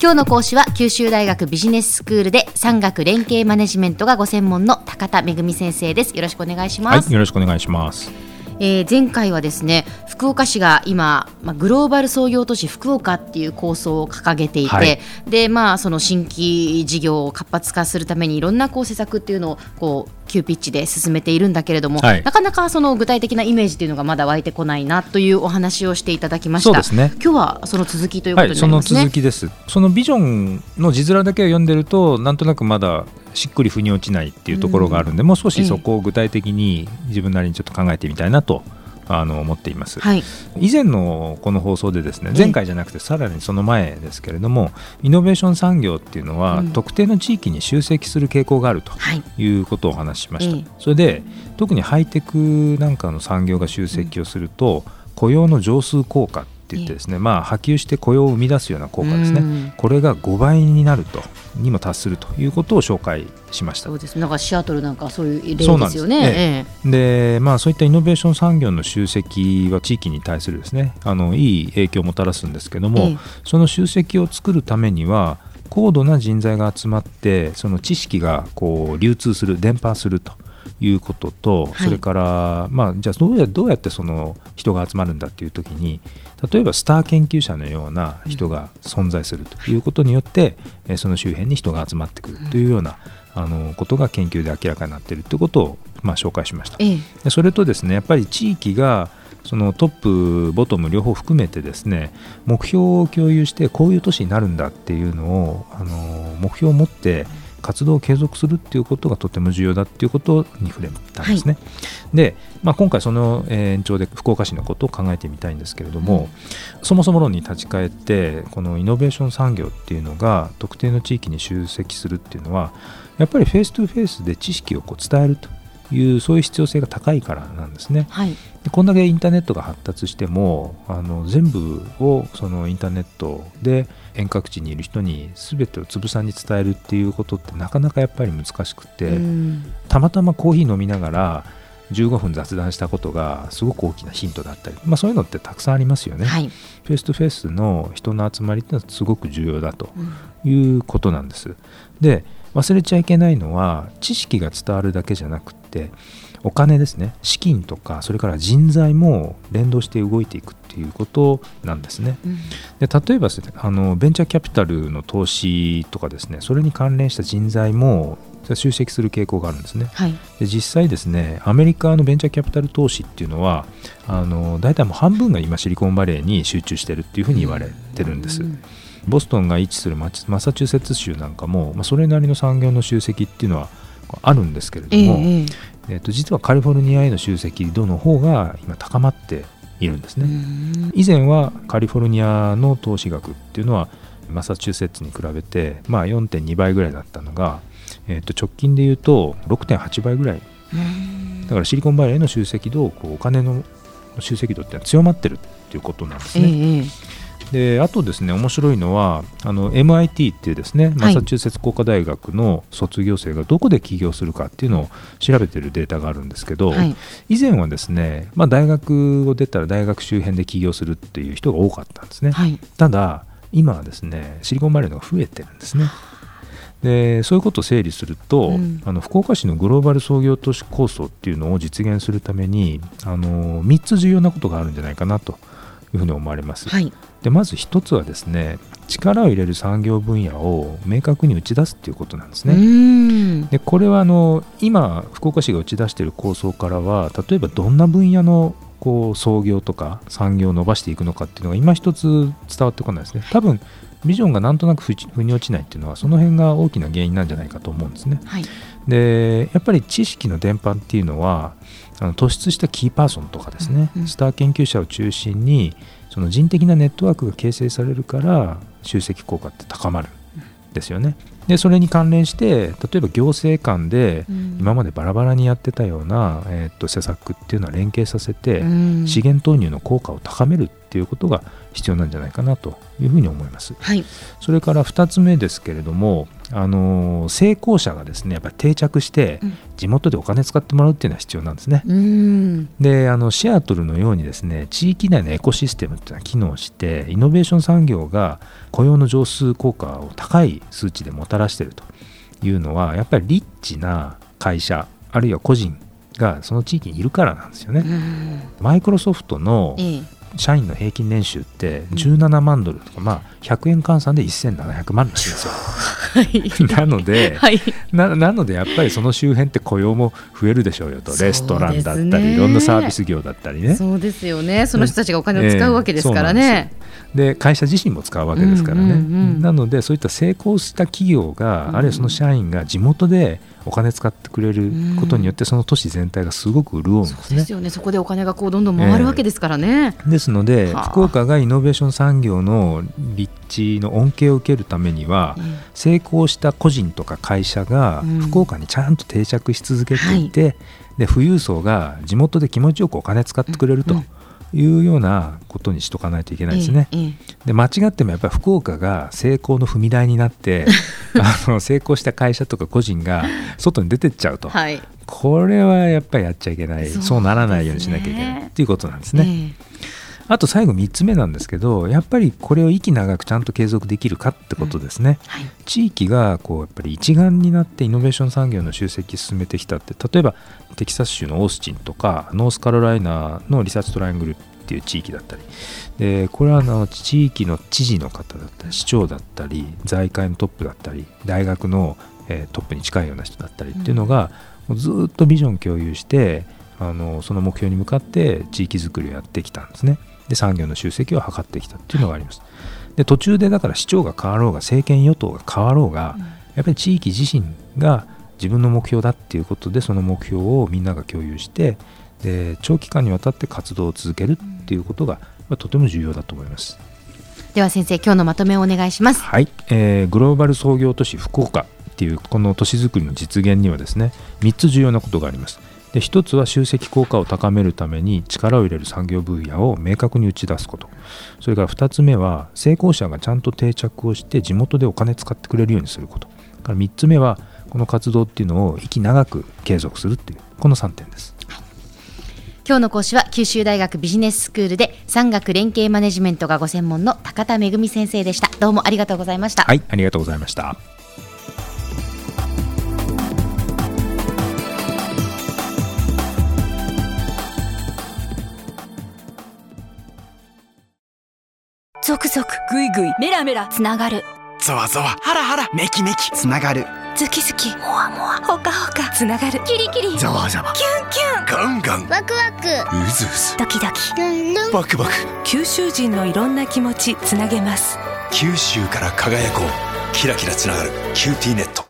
今日の講師は九州大学ビジネススクールで産学連携マネジメントがご専門の高田恵先生です。よろしくお願いします。 はい、よろしくお願いします。 前回はですね、福岡市が今、グローバル創業都市福岡っていう構想を掲げていて、はい、でその新規事業を活発化するためにいろんな施策っていうのを急ピッチで進めているんだけれども、はい、なかなかその具体的なイメージというのがまだ湧いてこないなというお話をしていただきました。 そうですね、 今日はその続きということになりますね。 はい、その続きです。そのビジョンの字面だけを読んでるとなんとなくまだしっくり腑に落ちないっていうところがあるんで、もう少しそこを具体的に自分なりにちょっと考えてみたいなと思っています。はい、以前のこの放送でですね、前回じゃなくてさらにその前ですけれども、イノベーション産業っていうのは、特定の地域に集積する傾向があるということをお話ししました。それで特にハイテクなんかの産業が集積をすると、雇用の上数効果って言ってですね、波及して雇用を生み出すような効果ですね、これが5倍になるとにも達するということを紹介しました。 そうですね、なんかシアトルなんかそういう例ですよね。 で、そういったイノベーション産業の集積は地域に対するですね、いい影響をもたらすんですけども、その集積を作るためには高度な人材が集まって、その知識が流通する、伝播するということと、それから、じゃあどうやってその人が集まるんだっていう時に、例えばスター研究者のような人が存在するということによって、その周辺に人が集まってくるというようなことが研究で明らかになっているということを紹介しました。でそれとですね、やっぱり地域がそのトップボトム両方含めてですね、目標を共有してこういう都市になるんだっていうのを目標を持って活動を継続するっていうことがとても重要だっていうことに触れたんですね。で、今回その延長で福岡市のことを考えてみたいんですけれども、そもそも論に立ち返って、このイノベーション産業っていうのが特定の地域に集積するっていうのは、やっぱりフェイストゥフェイスで知識を伝えるという、そういう必要性が高いからなんですね。でこんだけインターネットが発達しても全部をそのインターネットで遠隔地にいる人に全てをつぶさに伝えるっていうことってなかなかやっぱり難しくて、たまたまコーヒー飲みながら15分雑談したことがすごく大きなヒントだったり、そういうのってたくさんありますよね。フェイストゥフェイスの人の集まりってのはすごく重要だということなんです。で忘れちゃいけないのは、知識が伝わるだけじゃなくてお金ですね、資金とかそれから人材も連動して動いていくっていうことなんですね。で例えばベンチャーキャピタルの投資とかですね、それに関連した人材も集積する傾向があるんですね。で実際ですね、アメリカのベンチャーキャピタル投資っていうのは大体もう半分が今シリコンバレーに集中してるっていうふうに言われてるんです。ボストンが位置するマサチューセッツ州なんかも、それなりの産業の集積っていうのはあるんですけれども、実はカリフォルニアへの集積度の方が今高まっているんですね。以前はカリフォルニアの投資額っていうのはマサチューセッツに比べて、4.2 倍ぐらいだったのが、直近でいうと 6.8 倍ぐらいだから、シリコンバレーの集積度、お金の集積度ってのは強まってるっていうことなんですね。であとですね、面白いのはMIT っていうですね、マサチューセッツ工科大学の卒業生がどこで起業するかっていうのを調べてるデータがあるんですけど、以前はですね、大学を出たら大学周辺で起業するっていう人が多かったんですね。ただ今はですね、シリコンバレーのが増えてるんですね。でそういうことを整理すると、福岡市のグローバル創業都市構想っていうのを実現するために3つ重要なことがあるんじゃないかなというふうに思われます。でまず一つはですね、力を入れる産業分野を明確に打ち出すということなんですね。でこれは今福岡市が打ち出している構想からは、例えばどんな分野の創業とか産業を伸ばしていくのかっていうのが今一つ伝わってこないですね。多分ビジョンがなんとなく腑に落ちないっていうのは、その辺が大きな原因なんじゃないかと思うんですね。でやっぱり知識の伝播っていうのは突出したキーパーソンとかですね、スター研究者を中心にその人的なネットワークが形成されるから集積効果って高まるんですよね。でそれに関連して例えば行政間で今までバラバラにやってたような、施策っていうのは連携させて資源投入の効果を高めるっていうことが必要なんじゃないかなというふうに思います。それから2つ目ですけれども、 成功者がですねやっぱり定着して地元でお金使ってもらうっていうのは必要なんですね。でシアトルのようにですね地域内のエコシステムっていうのは機能してイノベーション産業が雇用の上数効果を高い数値でもたらしているというのはやっぱりリッチな会社あるいは個人がその地域にいるからなんですよね。マイクロソフトの社員の平均年収って17万ドルとか、100円換算で1700万らしいんですよ。なので、なのでやっぱりその周辺って雇用も増えるでしょうよと。レストランだったりいろんなサービス業だったりね。 そうですよね。その人たちがお金を使うわけですからね。 で会社自身も使うわけですからね。なのでそういった成功した企業が、あるいはその社員が地元でお金使ってくれることによってその都市全体がすごく潤うんですね。 そうですよね。そこでお金がどんどん回るわけですからね。 ですので福岡がイノベーション産業の立地の恩恵を受けるためには、成功した個人とか会社が福岡にちゃんと定着し続けていて、で富裕層が地元で気持ちよくお金使ってくれるというようなことにしとかないといけないですね。で間違ってもやっぱり福岡が成功の踏み台になって成功した会社とか個人が外に出てっちゃうと、これはやっぱりやっちゃいけない、そうならないようにしなきゃいけないっていうことなんですね。あと最後3つ目なんですけど、やっぱりこれを息長くちゃんと継続できるかってことですね。地域がやっぱり一丸になってイノベーション産業の集積進めてきたって、例えばテキサス州のオースティンとかノースカロライナのリサーチトライアングルっていう地域だったりで、これは地域の知事の方だったり市長だったり財界のトップだったり大学のトップに近いような人だったりっていうのがずっとビジョン共有してその目標に向かって地域づくりをやってきたんですね。で産業の集積を図ってきたっていうのがあります。で途中でだから市長が変わろうが政権与党が変わろうが、やっぱり地域自身が自分の目標だっていうことでその目標をみんなが共有してで長期間にわたって活動を続けるっていうことがとても重要だと思います。 では先生、今日のまとめをお願いします。 はい、グローバル創業都市福岡っていうこの都市づくりの実現にはですね3つ重要なことがあります。で1つは集積効果を高めるために力を入れる産業分野を明確に打ち出すこと、それから2つ目は成功者がちゃんと定着をして地元でお金使ってくれるようにすること、から3つ目はこの活動っていうのを息長く継続するっていうこの3点です。 今日の講師は九州大学ビジネススクールで産学連携マネジメントがご専門の高田恵先生でした。どうもありがとうございました。 はい、ありがとうございました。 ゾクゾクグイグイメラメラつながる、 ゾワゾワハラハラメキメキつながる、 ズキズキモワモワホカホカつながる、キリキリザワザワキュンキュンガンガンワクワクうずうずドキドキルンルンバクバク、 九州人のいろんな気持ちつなげます。 九州から輝こう、キラキラつながるキューティーネット。